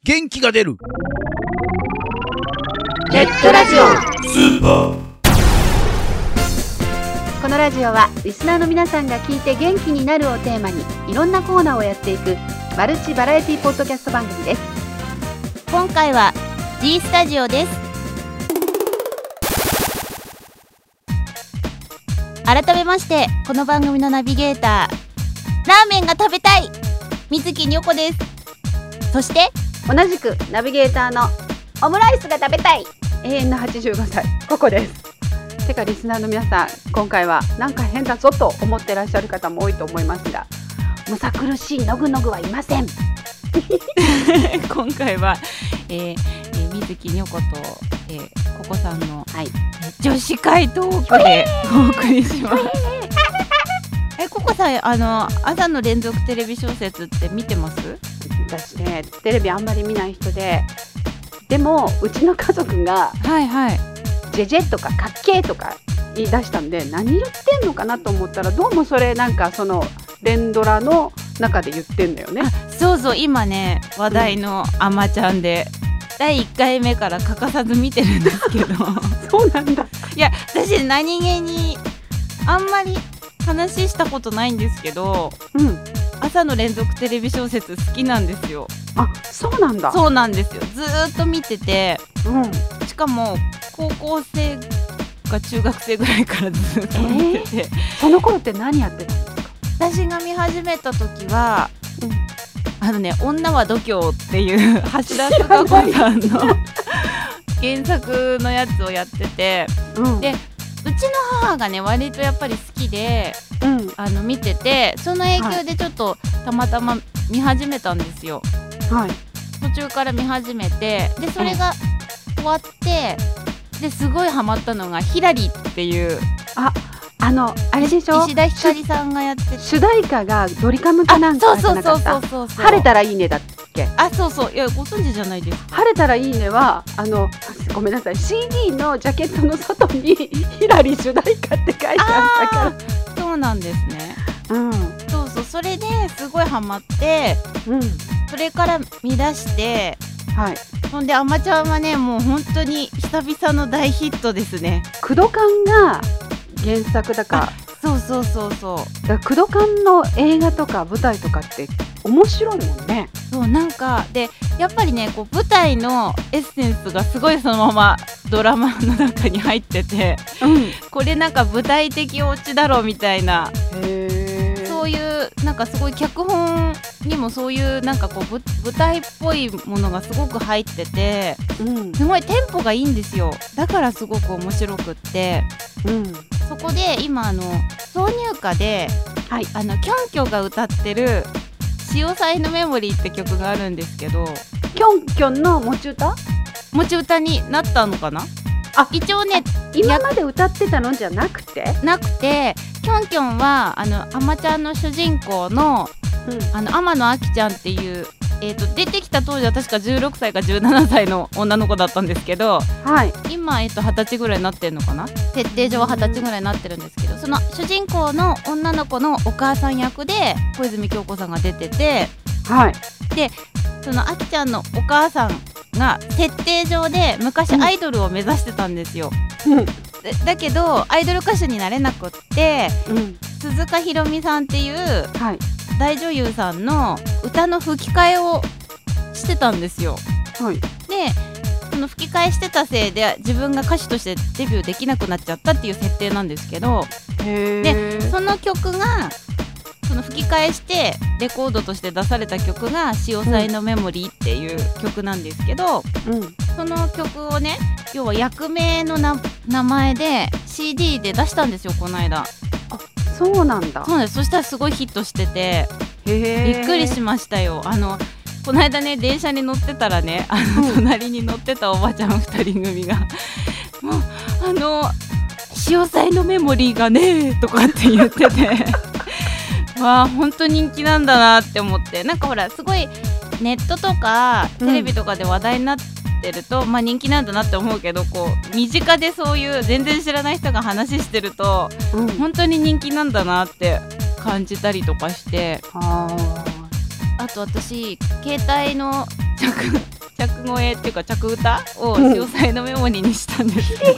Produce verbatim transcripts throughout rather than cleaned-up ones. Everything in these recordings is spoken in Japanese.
元気が出るネットラジオスーパー。 このラジオはリスナーの皆さんが聞いて元気になるをテーマにいろんなコーナーをやっていくマルチバラエティポッドキャスト番組です。 今回は G スタジオです。改めましてこの番組のナビゲーター、ラーメンが食べたい水木にょこです。そして同じくナビゲーターのオムライスが食べたい永遠のはちじゅうごさいココです。てかリスナーの皆さん、今回はなんか変だぞと思ってらっしゃる方も多いと思いますが、むさ苦しいのぐのぐはいません今回は、えーえー、水木にょこと、えー、ココさんの、はい、女子会トークでお送りしますえココさん、あの朝の連続テレビ小説って見てます？ 私ね、テレビあんまり見ない人で、でもうちの家族がはいはいジェジェとかかっけーとか言い出したんで、何言ってんのかなと思ったら、どうもそれなんかその連ドラの中で言ってんだよね。 そうそう、今ね話題のあまちゃんで、うん、だいいっかいめから欠かさず見てるんですけどそうなんだ。 いや私何気にあんまり話したことないんですけど、うん、朝の連続テレビ小説好きなんですよ。 あ、そうなんだ。 そうなんですよ。ずーっと見てて、うん、しかも高校生か中学生ぐらいからずっと見てて、えー、 その頃って何やってたんですか？ 私が見始めた時は、うん、あのね女は度胸っていう橋田壽賀子さんの原作のやつをやってて、うん、でうちの母がね割とやっぱり好きで、うん、あの見てて、その影響でちょっとたまたま見始めたんですよ、はい、途中から見始めて、でそれが終わって、ですごいハマったのがヒラリっていう、 ああのあれでしょ、 石田ひかりさんがやってて、 主題歌がドリカムかなんかじゃなかった？ そうそうそうそうそう、 晴れたらいいねだっけ？ あ、そうそう、いやご存知じゃないですか？ 晴れたらいいねはあのごめんなさい シーディー のジャケットの外にヒラリ主題歌って書いてあったから。 そうなんですね、うん、そうそう、それですごいハマって、うん、それから見出して、はい、ほんであまちゃんはねもう本当に久々の大ヒットですね。 クドカンが原作だから。 そうそうそうそう、 だからクドカンの映画とか舞台とかって面白いもんね。 そうなんかでやっぱりねこう舞台のエッセンスがすごいそのままドラマの中に入ってて、うん、これなんか舞台的オチだろうみたいな、へー、そういうなんかすごい脚本にもそういうなんかこう舞台っぽいものがすごく入ってて、うん、すごいテンポがいいんですよ。だからすごく面白くって、うん、そこで今あの挿入歌で、はい、あのキョンキョが歌ってる潮騒のメモリーって曲があるんですけど、 キョンキョンの持ち歌持ち歌になったのかな。あ、一応ね今まで歌ってたのじゃなくてなくてキョンキョンはあのあまちゃんの主人公の、うん、あの天野あきちゃんっていう、えーと、出てきた当時は確かじゅうろくさいかじゅうななさいの女の子だったんですけど、はい、今、えーと、はたちぐらいになってるのかな。設定上ははたちぐらいになってるんですけど、その主人公の女の子のお母さん役で小泉今日子さんが出てて、はい、でそのあきちゃんのお母さんが設定上で昔アイドルを目指してたんですよ、うん、だ, だけどアイドル歌手になれなくって、うん、鈴鹿ひろみさんっていう、はい、大女優さんの歌の吹き替えをしてたんですよ、はい、でその吹き替えしてたせいで自分が歌手としてデビューできなくなっちゃったっていう設定なんですけど、へー、でその曲がその吹き替えしてレコードとして出された曲が潮騒のメモリーっていう曲なんですけど、うん、その曲をね要は役名のな名前で シーディー で出したんですよこの間。 あ、そうなんだ。 そうなんです。そしたらすごいヒットしてて、へびっくりしましたよ。あのこの間ね電車に乗ってたらねあの、うん、隣に乗ってたおばちゃんふたり組がもうあの潮騒のメモリーがねとかって言っててわあ本当人気なんだなって思って、なんかほらすごいネットとかテレビとかで話題になってると、うん、まあ人気なんだなって思うけど、こう身近でそういう全然知らない人が話してると、うん、本当に人気なんだなって感じたりとかして、ああと私携帯の着声っていうか着歌を詳細のメモリにしたんですけど、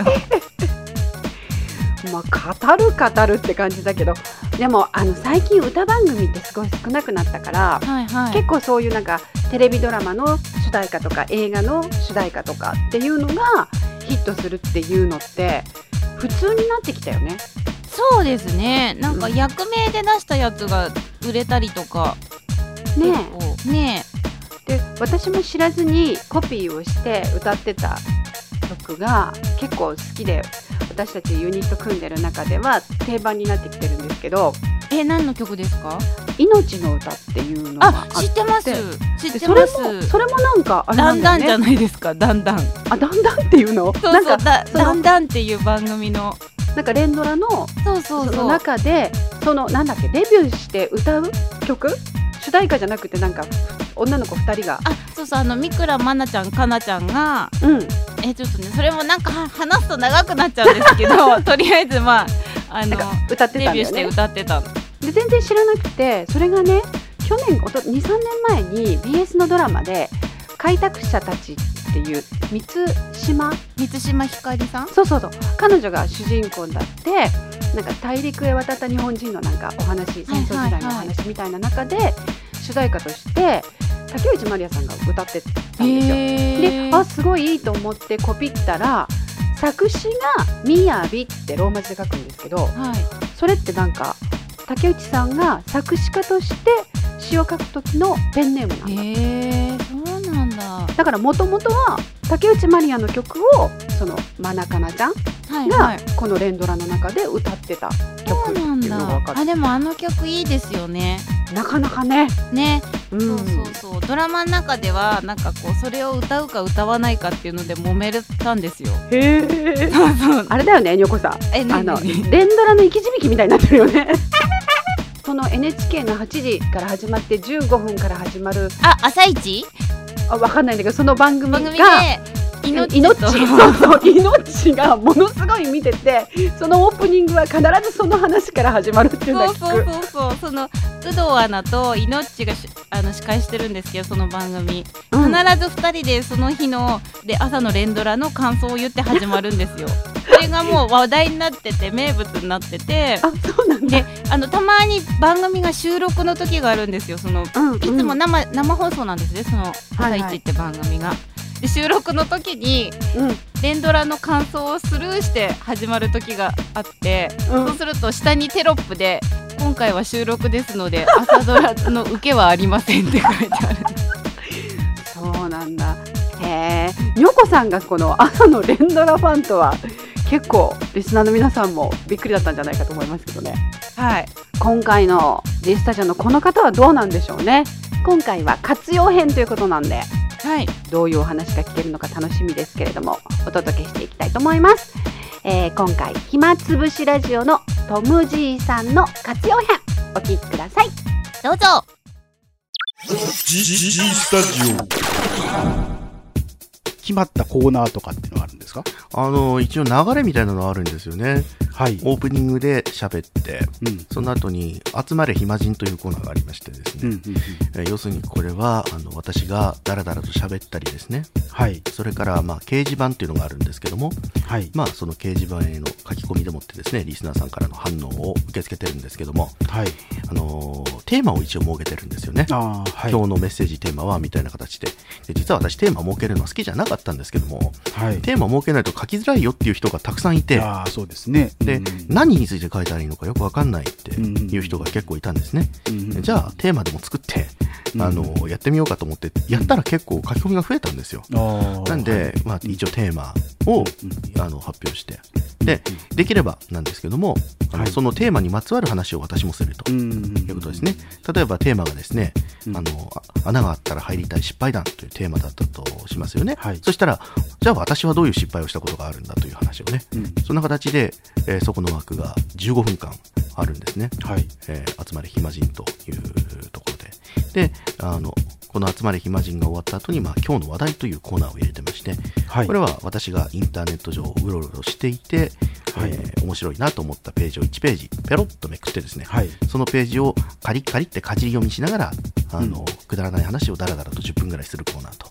うん、まあ語る語るって感じだけど、でもあの最近歌番組ってすごい少なくなったから、 はいはい、 結構そういうなんかテレビドラマの主題歌とか映画の主題歌とかっていうのがヒットするっていうのって普通になってきたよね。 そうですね。なんか役名で出したやつが売れたりとか、 ねえねえで私も知らずにコピーをして歌ってた曲が結構好きで、私たちユニット組んでる中では定番になってきてるんですけど、 え何の曲ですか？ 命の歌っていうのがあって、 あ知ってます知ってそれもそれもなんかあれなんだよね。 だんだんじゃないですか。だんだんあだんだんっていうのそうそうなんかだだんだんっていう番組のなんか連ドラのそうそうそうその中でそのなんだっけデビューして歌う曲主題歌じゃなくてなんか女の子ふたりがあそうそうあの三倉愛菜ちゃんかなちゃんが、 うん、 えちょっとねそれもなんか話すと長くなっちゃうんですけどとりあえずまああの歌ってたんだよね。 デビューして歌ってたので全然知らなくて、それがね去年にさんねんまえに ビーエス のドラマで開拓者たちっていう満島満島ひかりさんそうそうそう彼女が主人公だって、なんか大陸へ渡った日本人のなんかお話、戦争時代のお話みたいな中で、はいはいはい、主題歌として竹内まりやさんが歌ってたんですよ。であすごいいいと思ってコピったら、作詞がみやびってローマ字で書くんですけど、はい、それってなんか竹内さんが作詞家として詩を書く時のペンネームなんだ。 へーそうなんだ。 だからもともとは竹内まりやの曲をそのまなかなちゃんがこの連ドラの中で歌ってた曲っていうのが分かる。 あでもあの曲いいですよね。 なかなかね。 ね、 うん、 そうそうそうドラマの中ではなんかこうそれを歌うか歌わないかっていうので揉めたんですよ。 へーそうそうあれだよねにょこさん。 えあの連ドラの生き字引みたいになってるよね。その エヌエイチケー のはちじから始まってじゅうごふんから始まるあ朝一あ分かんないんだけど、その番組が番組で命とそうそう命がものすごい見てて、そのオープニングは必ずその話から始まるっていうのを聞く。 そうそうそうそうその有働アナと命があの司会してるんですけど、その番組、うん、必ずふたりでその日ので朝の連ドラの感想を言って始まるんですよ。それがもう話題になってて名物になってて、 あそうなんだ。 であのたまに番組が収録の時があるんですよ。その、うんうん、いつも 生, 生放送なんですね、その朝一って番組が、はいはい、で収録の時に、うん、連ドラの感想をスルーして始まる時があって、うん、そうすると下にテロップで今回は収録ですので朝ドラの受けはありませんって書いてある。 そうなんだ。へー、にょこさんがこの朝の連ドラファンとは結構リスナーの皆さんもびっくりだったんじゃないかと思いますけどね。 はい、 今回の G スタジオのこの方はどうなんでしょうね。今回は活用編ということなんで、はい、どういうお話が聞けるのか楽しみですけれども、お届けしていきたいと思います。えー、今回暇つぶしラジオのトムじいさんの活用編お聞きください。 どうぞ。 G スタジオ決まったコーナーとかっていうのはあるんですか？ あの一応流れみたいなのがあるんですよね。 はい、 オープニングで喋って、うん、その後に集まれ暇人というコーナーがありましてですね、うんうんうんえー、要するにこれはあの私がダラダラと喋ったりですね、はい、それからまあ掲示板っていうのがあるんですけども、はい、まあその掲示板への書き込みでもってですねリスナーさんからの反応を受け付けてるんですけども、はいあのー、テーマを一応設けてるんですよね。あ、はい、今日のメッセージテーマはみたいな形 で, で実は私テーマ設けるのは好きじゃなかったんですけども、はい、テーマ設けないと書きづらいよっていう人がたくさんいて、 あそうですね、 で、うん、何について書いたらいいのかよく分かんないっていう人が結構いたんですね、うん、じゃあテーマでも作って、うん、あのやってみようかと思ってやったら結構書き込みが増えたんですよ。なんで、はいまあ、一応テーマを、うん、あの発表してで、できればなんですけどもあの、はい、そのテーマにまつわる話を私もするということですね。例えばテーマがですね、うん、あの穴があったら入りたい失敗談というテーマだったとしますよね、はい、そしたらじゃあ私はどういう失敗をしたことがあるんだという話をね、うん、そんな形で、えー、そこの枠がじゅうごふんかんあるんですね、はいえー、集まれ暇人というところでであのこの集まれ暇人が終わった後に、まあ、今日の話題というコーナーを入れてまして、はい、これは私がインターネット上をうろうろしていて、はいえー、面白いなと思ったページをいちページペロッとめくってですね、はい、そのページをカリッカリってかじり読みしながらあの、うん、くだらない話をダラダラとじゅっぷんぐらいするコーナーと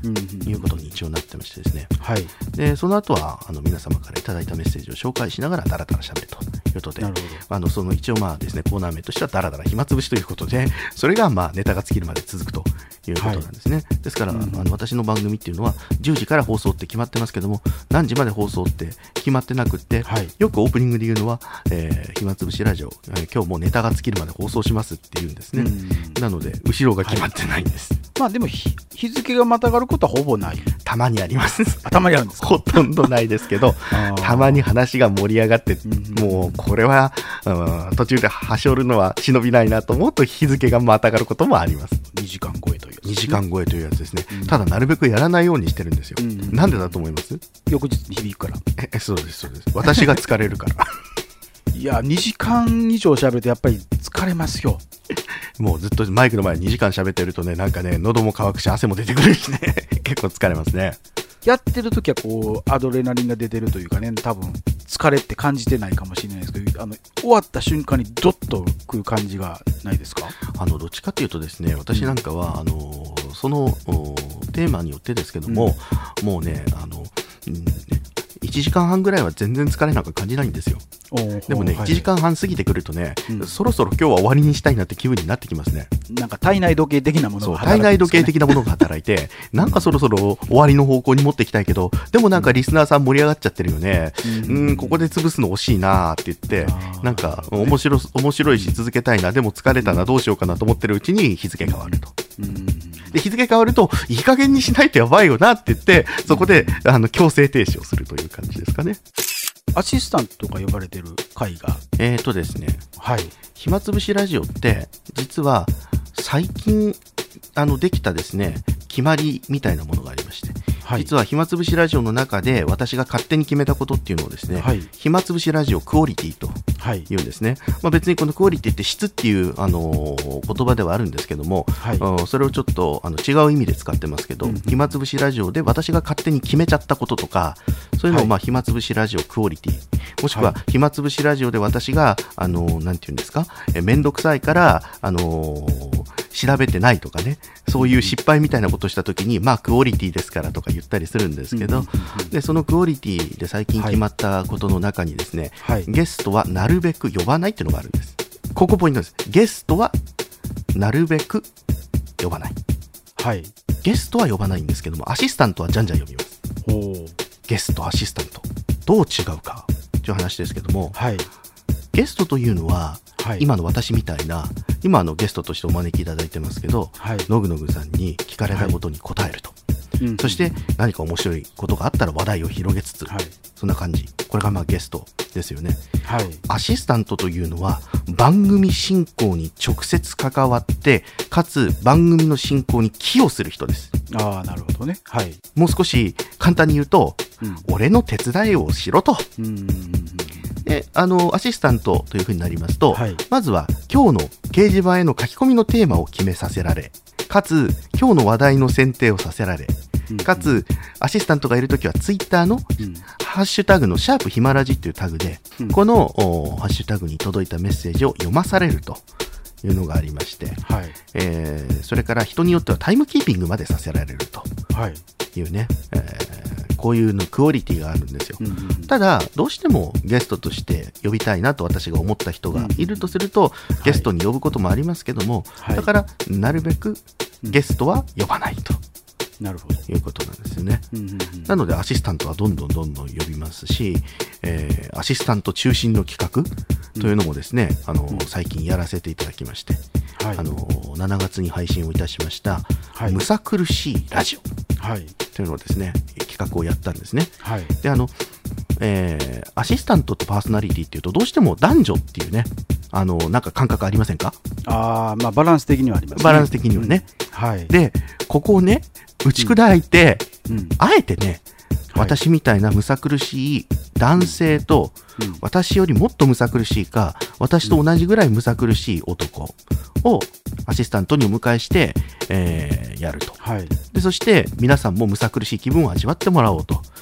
いうことに一応なってましてですね、 はい、 でその後はあの皆様からいただいたメッセージを紹介しながらダラダラしゃべるということで、あのその一応まあですねコーナー名としてはダラダラ暇つぶしということで、それがまあネタが尽きるまで続くということなんですね、はい、ですから、うん、あの私の番組っていうのはじゅうじから放送って決まってますけども、何時まで放送って決まってなくって、はい、よくオープニングで言うのは、えー、暇つぶしラジオ、えー、今日もうネタが尽きるまで放送しますって言うんですね、うん、なので後ろが決まってないんです、はい、 まあでも日付がまたがることはほぼない。 たまにありますたまにあるんですか。 ほとんどないですけどたまに話が盛り上がって、うん、もうこれは、うん、途中ではしょるのは忍びないなと思うと日付がまたがることもあります。 にじかん超えというやつ、ね、 にじかん超えというやつですね、うん、ただなるべくやらないようにしてるんですよ、うん、なんでだと思います？ 翌日に響くから。 えそうですそうです、私が疲れるからいやにじかん以上喋るとやっぱり疲れますよ。 もうずっとマイクの前ににじかん喋ってるとね、なんかね喉も渇くし汗も出てくるしね結構疲れますね。 やってる時はこうアドレナリンが出てるというかね、多分疲れって感じてないかもしれないですけど、あの終わった瞬間にドッとくる感じがないですか？ あのどっちかというとですね、私なんかは、うん、あのそのテーマによってですけども、うん、もうねあの、うんねいちじかんはんぐらいは全然疲れなんか感じないんですよ。でもね、はい、いちじかんはん過ぎてくるとね、うん、そろそろ今日は終わりにしたいなって気分になってきますね。 なんか体内時計的なものが働いて、ね、 体内時計的なものが働いてなんかそろそろ終わりの方向に持っていきたいけど、でもなんかリスナーさん盛り上がっちゃってるよね、うん、うんここで潰すの惜しいなって言って、なんか面白、面白いし続けたいな、でも疲れたな、どうしようかなと思ってるうちに日付変わると、うん、で日付変わるといい加減にしないとやばいよなって言って、そこであの強制停止をするという感じですかね。 アシスタントとか呼ばれてる会がえーとですね、 はい、 暇つぶしラジオって実は最近あのできたですね決まりみたいなものがありまして、はい、実は暇つぶしラジオの中で私が勝手に決めたことっていうのをですね、はい、暇つぶしラジオクオリティというんですね、はいまあ、別にこのクオリティって質っていう、あのー、言葉ではあるんですけども、はい、それをちょっとあの違う意味で使ってますけど、うん、暇つぶしラジオで私が勝手に決めちゃったこととか、そういうのを、まあ、暇つぶしラジオクオリティ、もしくは暇つぶしラジオで私が、あのー、なんていうんですか、えめんどくさいから、あのー、調べてないとかね、そういう失敗みたいなことをしたときに、まあクオリティですからとか言ったりするんですけど、でそのクオリティで最近決まったことの中にですね、はい、ゲストはなるべく呼ばないっていうのがあるんです。ここポイントです。ゲストはなるべく呼ばない、 はい、 ゲストは呼ばないんですけども、アシスタントはじゃんじゃん呼びます。 おゲストアシスタントどう違うかという話ですけども、 はい、 ゲストというのは、はい、今の私みたいな、今のゲストとしてお招きいただいてますけど、はい、のぐのぐさんに聞かれたことに答えると、はい、そして何か面白いことがあったら話題を広げつつ、はい、そんな感じ、これがまあゲストですよね、はい、アシスタントというのは番組進行に直接関わってかつ番組の進行に寄与する人です。 ああ、なるほどね、はい、 もう少し簡単に言うと、うん、俺の手伝いをしろと、うんうんうん、であのアシスタントというふうになりますと、はい、まずは今日の掲示板への書き込みのテーマを決めさせられ、かつ今日の話題の選定をさせられ、うんうん、かつアシスタントがいるときはツイッターの、うん、ハッシュタグのシャープひまラジっていうタグで、うん、このハッシュタグに届いたメッセージを読まされるというのがありまして、はいえー、それから人によってはタイムキーピングまでさせられるというね、はいえー、こういうのクオリティがあるんですよ、うんうんうん、ただどうしてもゲストとして呼びたいなと私が思った人がいるとすると、うん、ゲストに呼ぶこともありますけども、はい、だからなるべくゲストは呼ばないと、 なるほどいうことなんですよね、うんうんうん、なのでアシスタントはどんどんどんどん呼びますし、えー、アシスタント中心の企画というのもですね、うん、あの、うん、最近やらせていただきまして、はい、あのしちがつに配信をいたしました、はい、むさ苦しいラジオ、はい、というのをですね企画をやったんですね、はい、であの、えー、アシスタントとパーソナリティっていうとどうしても男女っていうね、あのなんか感覚ありませんか？ あ、まあバランス的にはありますね。 バランス的にはね、うんはい、でここをね打ち砕いて、うんうん、あえてね、はい、私みたいなむさ苦しい男性と、うん、私よりもっとむさ苦しいか私と同じぐらいむさ苦しい男をアシスタントにお迎えして、えー、やると、はい、でそして皆さんもむさ苦しい気分を味わってもらおうと、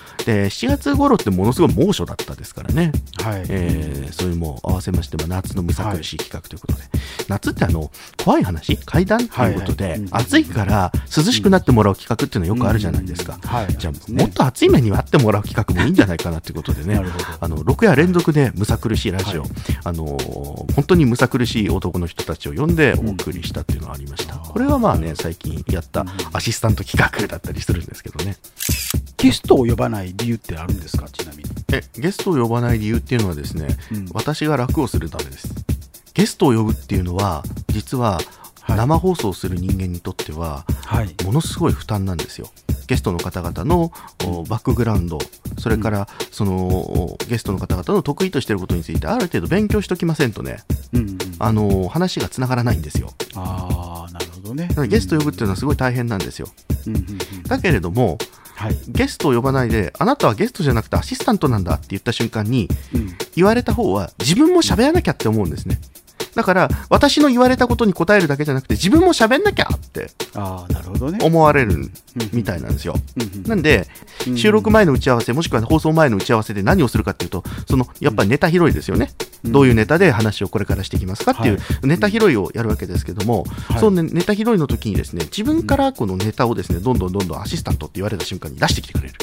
でしちがつ頃ってものすごい猛暑だったですからね、 はいえー、それも合わせまして、まあ、夏のむさ苦しい企画ということで、はい、夏ってあの怖い話怪談ということで、はいはい、暑いから涼しくなってもらう企画っていうのはよくあるじゃないですか、うんはい、じゃあもっと暑い目にあってもらう企画もいいんじゃないかなということでねあのろく夜連続でむさ苦しいラジオ、はい、あの本当にむさ苦しい男の人たちを呼んでお送りしたっていうのがありました、うん、これはまあね最近やったアシスタント企画だったりするんですけどね。 ゲストを呼ばない理由ってあるんですか？ちなみにえゲストを呼ばない理由っていうのはですね、うん、私が楽をするためです。ゲストを呼ぶっていうのは実は生放送する人間にとってはものすごい負担なんですよ。ゲストの方々のバックグラウンド、それからそのゲストの方々の得意としていることについてある程度勉強しておきませんとね、うんうん、あの話がつながらないんですよ。 あーなるほどね。 ゲストを呼ぶっていうのはすごい大変なんですよ、うんうんうん、だけれども、はい、ゲストを呼ばないであなたはゲストじゃなくてアシスタントなんだって言った瞬間に、うん、言われた方は自分も喋らなきゃって思うんですね。だから私の言われたことに答えるだけじゃなくて自分も喋んなきゃって思われるみたいなんですよ。なんで収録前の打ち合わせもしくは放送前の打ち合わせで何をするかっていうと、そのやっぱりネタ拾いですよね。どういうネタで話をこれからしていきますかっていうネタ拾いをやるわけですけども、そのネタ拾いの時にですね、自分からこのネタをですねどんどんどんどんアシスタントって言われた瞬間に出してきてくれる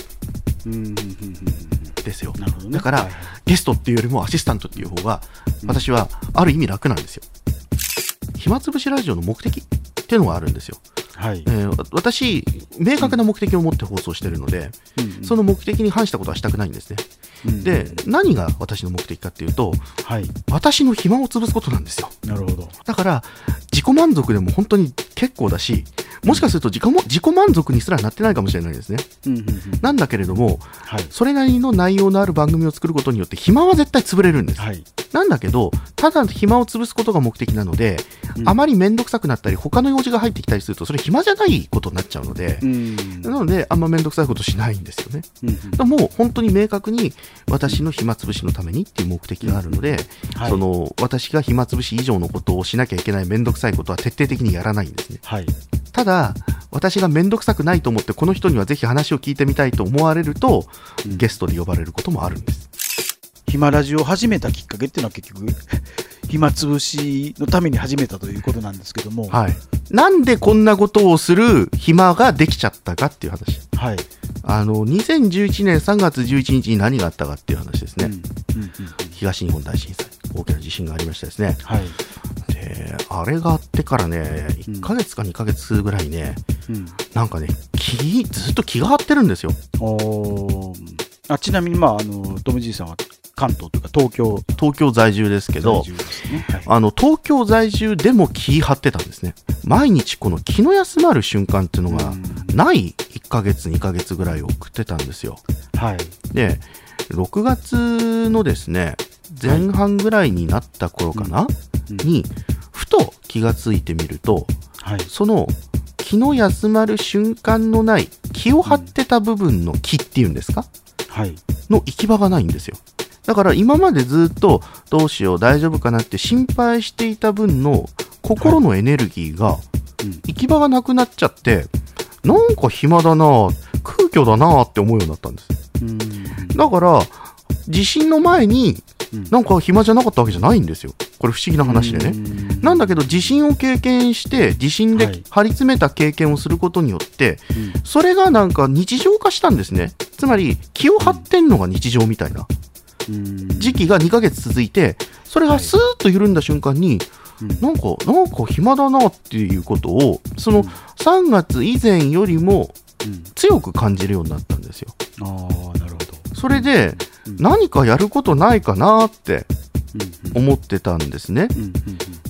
ですよ。だから、はい、ゲストっていうよりもアシスタントっていう方が私はある意味楽なんですよ。暇つぶしラジオの目的っていうのがあるんですよ、はいえー、私明確な目的を持って放送しているので、うん、その目的に反したことはしたくないんですね、うん、で何が私の目的かっていうと、はい、私の暇を潰すことなんですよ。 なるほど。 だから自己満足でも本当に結構だし、もしかすると自己も自己満足にすらなってないかもしれないですね、うんうんうん、なんだけれども、はい、それなりの内容のある番組を作ることによって暇は絶対潰れるんです、はい、なんだけどただ暇を潰すことが目的なので、うん、あまり面倒くさくなったり他の用事が入ってきたりするとそれ暇じゃないことになっちゃうので、うん、なのであんま面倒くさいことしないんですよね、うんうん、だもう本当に明確に私の暇つぶしのためにっていう目的があるので、うんはい、その私が暇つぶし以上のことをしなきゃいけない面倒くさいことは徹底的にやらないんですね、はい、ただ私が面倒くさくないと思ってこの人にはぜひ話を聞いてみたいと思われると、うん、ゲストで呼ばれることもあるんです。 暇ラジオを始めたきっかけっていうのは結局暇つぶしのために始めたということなんですけども、 はい、なんでこんなことをする暇ができちゃったかっていう話、はい、あのにせんじゅういちねんさんがつじゅういちにちに何があったかっていう話ですね、うんうんうんうん、東日本大震災大きな地震がありましたですね、はい、であれがあってからねいっかげつかにかげつぐらいね、うん、なんかね気ずっと気が張ってるんですよ。 おあちなみにまああのトム・ジーさんは関東というか東京東京在住ですけど、ねはい、あの東京在住でも気張ってたんですね。毎日この気の休まる瞬間っていうのがないいっかげつにかげつぐらい送ってたんですよ、はい、でろくがつのですね前半ぐらいになった頃かな、はいうん、にふと気がついてみると、はい、その気の休まる瞬間のない気を張ってた部分の気っていうんですか、はい、の行き場がないんですよ。だから今までずっとどうしよう大丈夫かなって心配していた分の心のエネルギーが行き場がなくなっちゃって、なんか暇だな空虚だなって思うようになったんです。うんだから地震の前になんか暇じゃなかったわけじゃないんですよ。これ不思議な話でね。なんだけど地震を経験して地震で張り詰めた経験をすることによって、はい、それがなんか日常化したんですね。つまり気を張ってんのが日常みたいな時期がにかげつ続いて、それがスーッと緩んだ瞬間に、はい、なんかなんか暇だなっていうことをそのさんがつ以前よりも強く感じるようになったんですよ。 ああ、なるほど。 それで、うん、何かやることないかなって思ってたんですね、うんうんうん、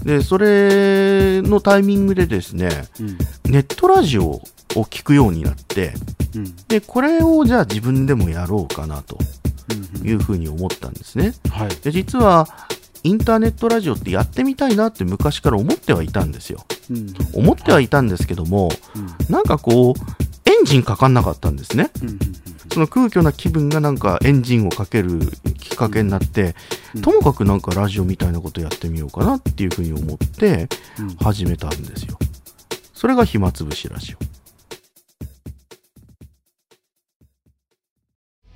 でそれのタイミングでですね、うん、ネットラジオを聞くようになって、うん、でこれをじゃあ自分でもやろうかなというふうに思ったんですね、はい、で実はインターネットラジオってやってみたいなって昔から思ってはいたんですよ、うん、思ってはいたんですけども、はい、なんかこうエンジンかかんなかったんですね、うんうんうん、その空虚な気分がなんかエンジンをかけるきっかけになって、うん、ともかくなんかラジオみたいなことやってみようかなっていうふうに思って始めたんですよ。それが暇つぶしラジオ。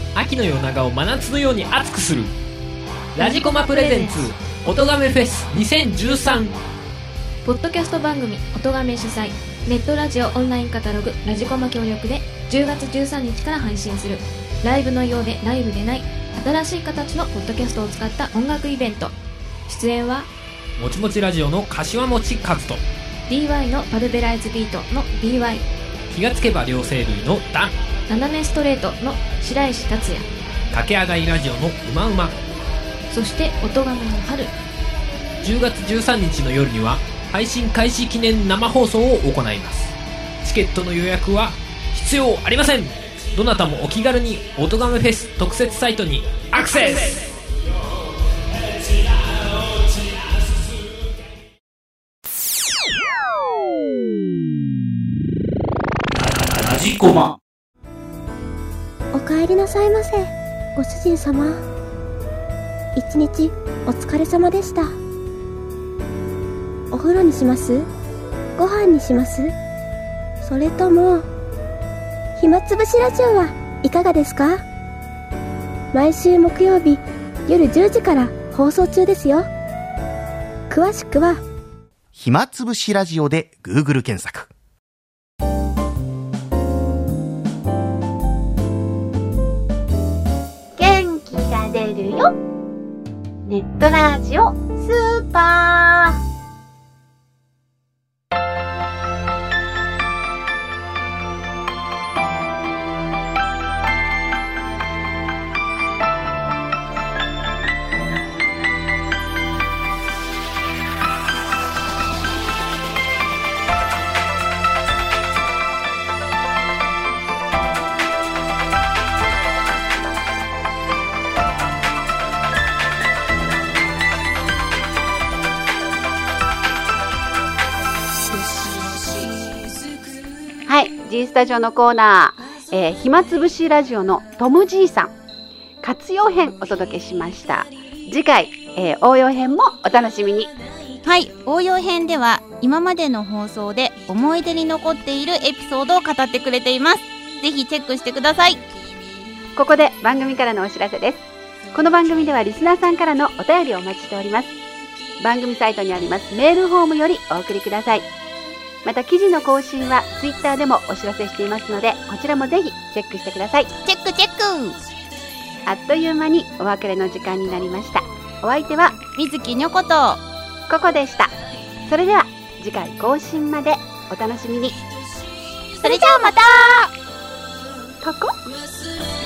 秋の夜長を真夏のように熱くするラジコマプレゼンツ音亀フェスにせんじゅうさん。 ポッドキャスト番組音亀主催ネットラジオオンラインカタログラジコマ協力でじゅうがつじゅうさんにちから配信するライブのようでライブでない新しい形のポッドキャストを使った音楽イベント。出演はもちもちラジオの柏餅和人、 ディーワイ のパルベライズビートの ディーワイ、 気がつけば両生類のダン、 斜めストレートの白石達也、 駆け上がりラジオのうまうま。 そして音亀の春。 じゅうがつじゅうさんにちの夜には配信開始記念生放送を行います。チケットの予約は必要ありません。どなたもお気軽に音亀フェス特設サイトにアクセス。ラジコマ。 お帰りなさいませ、ご主人様。一日お疲れ様でした。お風呂にします？ご飯にします？それとも暇つぶしラジオはいかがですか？毎週木曜日夜じゅうじから放送中ですよ。詳しくは暇つぶしラジオで Google 検索。 元気が出るよ、ネットラジオスーパー。G スタジオのコーナー、えー、暇つぶしラジオのトムじいさん活用編お届けしました。次回、えー、応用編もお楽しみに。 はい、応用編では今までの放送で思い出に残っているエピソードを語ってくれています。ぜひチェックしてください。 ここで番組からのお知らせです。この番組ではリスナーさんからのお便りをお待ちしております。番組サイトにありますメールフォームよりお送りください。また記事の更新はツイッターでもお知らせしていますので、こちらもぜひチェックしてください。 チェックチェック。 あっという間にお別れの時間になりました。お相手は水木にょことココでした。それでは次回更新までお楽しみに。 それじゃあまた。 ココ